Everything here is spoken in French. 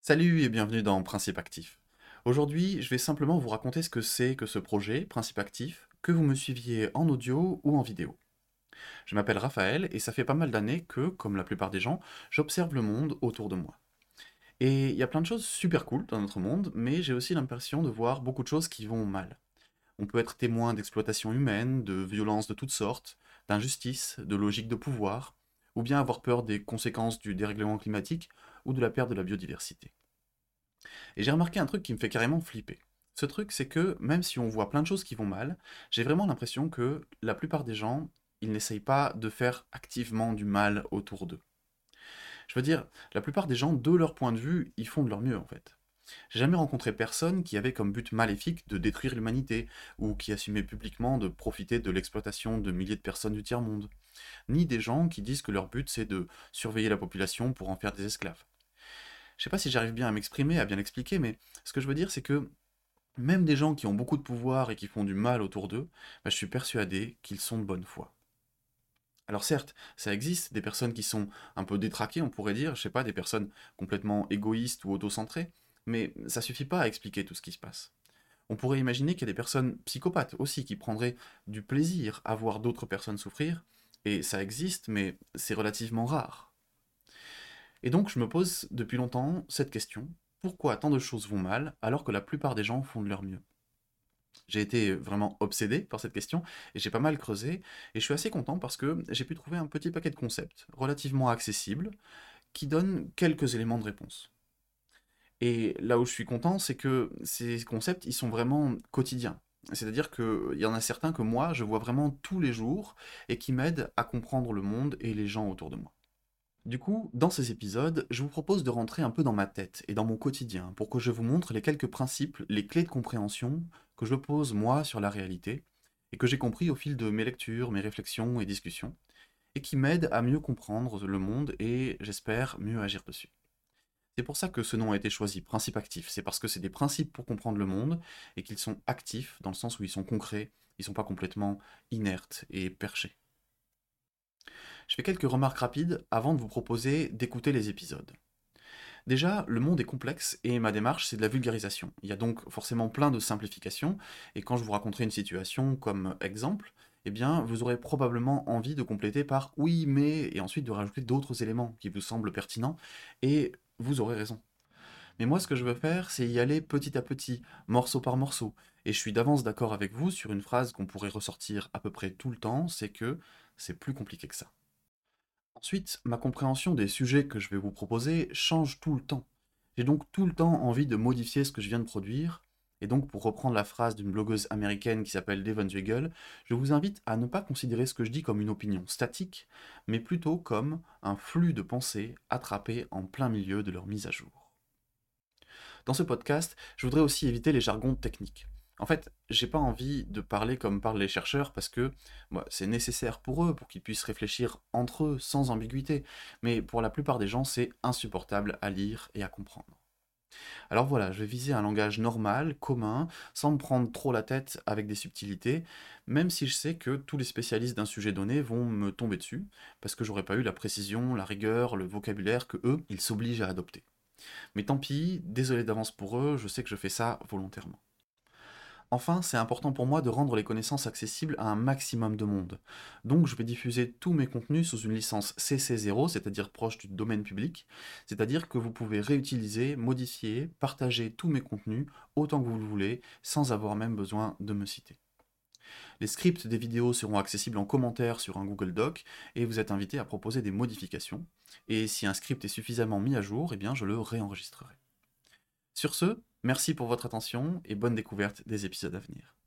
Salut et bienvenue dans Principe Actif. Aujourd'hui, je vais simplement vous raconter ce que c'est que ce projet, Principe Actif, que vous me suiviez en audio ou en vidéo. Je m'appelle Raphaël et ça fait pas mal d'années que, comme la plupart des gens, j'observe le monde autour de moi. Et il y a plein de choses super cool dans notre monde, mais j'ai aussi l'impression de voir beaucoup de choses qui vont mal. On peut être témoin d'exploitation humaine, de violences de toutes sortes, d'injustices, de logiques de pouvoir, ou bien avoir peur des conséquences du dérèglement climatique ou de la perte de la biodiversité. Et j'ai remarqué un truc qui me fait carrément flipper. Ce truc, c'est que même si on voit plein de choses qui vont mal, j'ai vraiment l'impression que la plupart des gens, ils n'essayent pas de faire activement du mal autour d'eux. Je veux dire, la plupart des gens, de leur point de vue, ils font de leur mieux en fait. J'ai jamais rencontré personne qui avait comme but maléfique de détruire l'humanité, ou qui assumait publiquement de profiter de l'exploitation de milliers de personnes du tiers-monde, ni des gens qui disent que leur but c'est de surveiller la population pour en faire des esclaves. Je sais pas si j'arrive bien à m'exprimer, à bien l'expliquer, mais ce que je veux dire, c'est que même des gens qui ont beaucoup de pouvoir et qui font du mal autour d'eux, bah, je suis persuadé qu'ils sont de bonne foi. Alors certes, ça existe, des personnes qui sont un peu détraquées, on pourrait dire, je sais pas, des personnes complètement égoïstes ou autocentrées, mais ça suffit pas à expliquer tout ce qui se passe. On pourrait imaginer qu'il y a des personnes psychopathes aussi qui prendraient du plaisir à voir d'autres personnes souffrir, et ça existe, mais c'est relativement rare. Et donc je me pose depuis longtemps cette question, pourquoi tant de choses vont mal alors que la plupart des gens font de leur mieux? J'ai été vraiment obsédé par cette question et j'ai pas mal creusé et je suis assez content parce que j'ai pu trouver un petit paquet de concepts relativement accessibles qui donnent quelques éléments de réponse. Et là où je suis content, c'est que ces concepts, ils sont vraiment quotidiens. C'est-à-dire qu'il y en a certains que moi, je vois vraiment tous les jours et qui m'aident à comprendre le monde et les gens autour de moi. Du coup, dans ces épisodes, je vous propose de rentrer un peu dans ma tête et dans mon quotidien pour que je vous montre les quelques principes, les clés de compréhension que je pose moi sur la réalité et que j'ai compris au fil de mes lectures, mes réflexions et discussions et qui m'aident à mieux comprendre le monde et, j'espère, mieux agir dessus. C'est pour ça que ce nom a été choisi, principe actif. C'est parce que c'est des principes pour comprendre le monde et qu'ils sont actifs dans le sens où ils sont concrets, ils sont pas complètement inertes et perchés. Je fais quelques remarques rapides avant de vous proposer d'écouter les épisodes. Déjà, le monde est complexe et ma démarche, c'est de la vulgarisation. Il y a donc forcément plein de simplifications, et quand je vous raconterai une situation comme exemple, eh bien, vous aurez probablement envie de compléter par oui, mais, et ensuite de rajouter d'autres éléments qui vous semblent pertinents, et vous aurez raison. Mais moi, ce que je veux faire, c'est y aller petit à petit, morceau par morceau. Et je suis d'avance d'accord avec vous sur une phrase qu'on pourrait ressortir à peu près tout le temps, c'est que c'est plus compliqué que ça. Ensuite, ma compréhension des sujets que je vais vous proposer change tout le temps. J'ai donc tout le temps envie de modifier ce que je viens de produire, et donc pour reprendre la phrase d'une blogueuse américaine qui s'appelle Devon Zwigel, je vous invite à ne pas considérer ce que je dis comme une opinion statique, mais plutôt comme un flux de pensées attrapé en plein milieu de leur mise à jour. Dans ce podcast, je voudrais aussi éviter les jargons techniques. En fait, j'ai pas envie de parler comme parlent les chercheurs parce que c'est nécessaire pour eux, pour qu'ils puissent réfléchir entre eux sans ambiguïté, mais pour la plupart des gens, c'est insupportable à lire et à comprendre. Alors voilà, je vais viser un langage normal, commun, sans me prendre trop la tête avec des subtilités, même si je sais que tous les spécialistes d'un sujet donné vont me tomber dessus, parce que j'aurais pas eu la précision, la rigueur, le vocabulaire que eux, ils s'obligent à adopter. Mais tant pis, désolé d'avance pour eux, je sais que je fais ça volontairement. Enfin, c'est important pour moi de rendre les connaissances accessibles à un maximum de monde. Donc je vais diffuser tous mes contenus sous une licence CC0, c'est-à-dire proche du domaine public, c'est-à-dire que vous pouvez réutiliser, modifier, partager tous mes contenus autant que vous le voulez, sans avoir même besoin de me citer. Les scripts des vidéos seront accessibles en commentaire sur un Google Doc et vous êtes invité à proposer des modifications. Et si un script est suffisamment mis à jour, eh bien je le réenregistrerai. Sur ce, merci pour votre attention et bonne découverte des épisodes à venir.